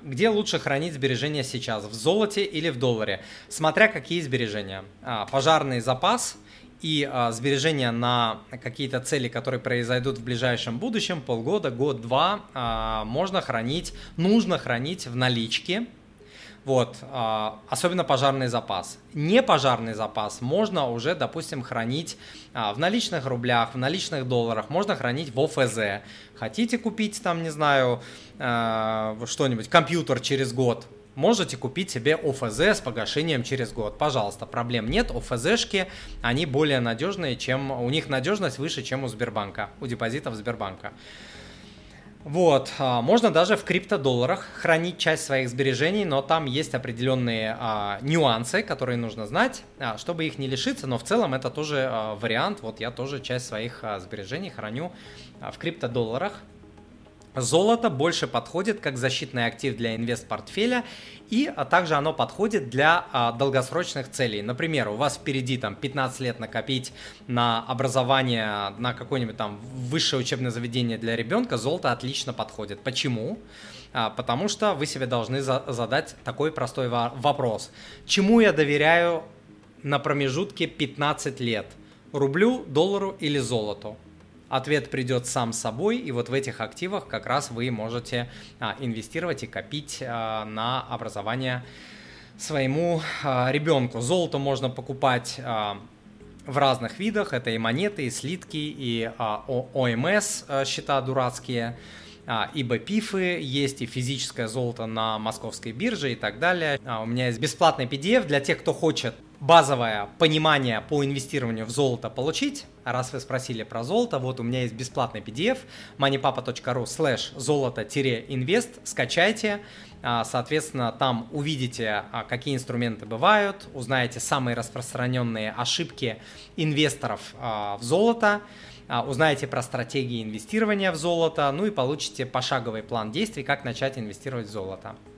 Где лучше хранить сбережения сейчас, в золоте или в долларе? Смотря какие сбережения. Пожарный запас и сбережения на какие-то цели, которые произойдут в ближайшем будущем, полгода, год-два, можно хранить, нужно хранить в наличке. Вот, особенно пожарный запас. Не пожарный запас можно уже, допустим, хранить в наличных рублях, в наличных долларах, можно хранить в ОФЗ. Хотите купить там, не знаю, что-нибудь, компьютер через год, можете купить себе ОФЗ с погашением через год. Пожалуйста, проблем нет. ОФЗшки, они более надежные, у них надежность выше, чем у Сбербанка, у депозитов Сбербанка. Вот, можно даже в криптодолларах хранить часть своих сбережений, но там есть определенные нюансы, которые нужно знать, чтобы их не лишиться, но в целом это тоже вариант. Вот я тоже часть своих сбережений храню в криптодолларах. Золото больше подходит как защитный актив для инвест-портфеля, и также оно подходит для долгосрочных целей. Например, у вас впереди там 15 лет накопить на образование, на какое-нибудь там высшее учебное заведение для ребенка, золото отлично подходит. Почему? Потому что вы себе должны задать такой простой вопрос. Чему я доверяю на промежутке 15 лет? Рублю, доллару или золоту? Ответ придет сам собой, и вот в этих активах как раз вы можете инвестировать и копить на образование своему ребенку. Золото можно покупать в разных видах, это и монеты, и слитки, и ОМС счета дурацкие, и БПИФы, есть и физическое золото на московской бирже и так далее. У меня есть бесплатный PDF для тех, кто хочет базовое понимание по инвестированию в золото получить. Раз вы спросили про золото, вот у меня есть бесплатный PDF moneypapa.ru/золото-инвест. Скачайте, соответственно, там увидите, какие инструменты бывают, узнаете самые распространенные ошибки инвесторов в золото, узнаете про стратегии инвестирования в золото, ну и получите пошаговый план действий, как начать инвестировать в золото.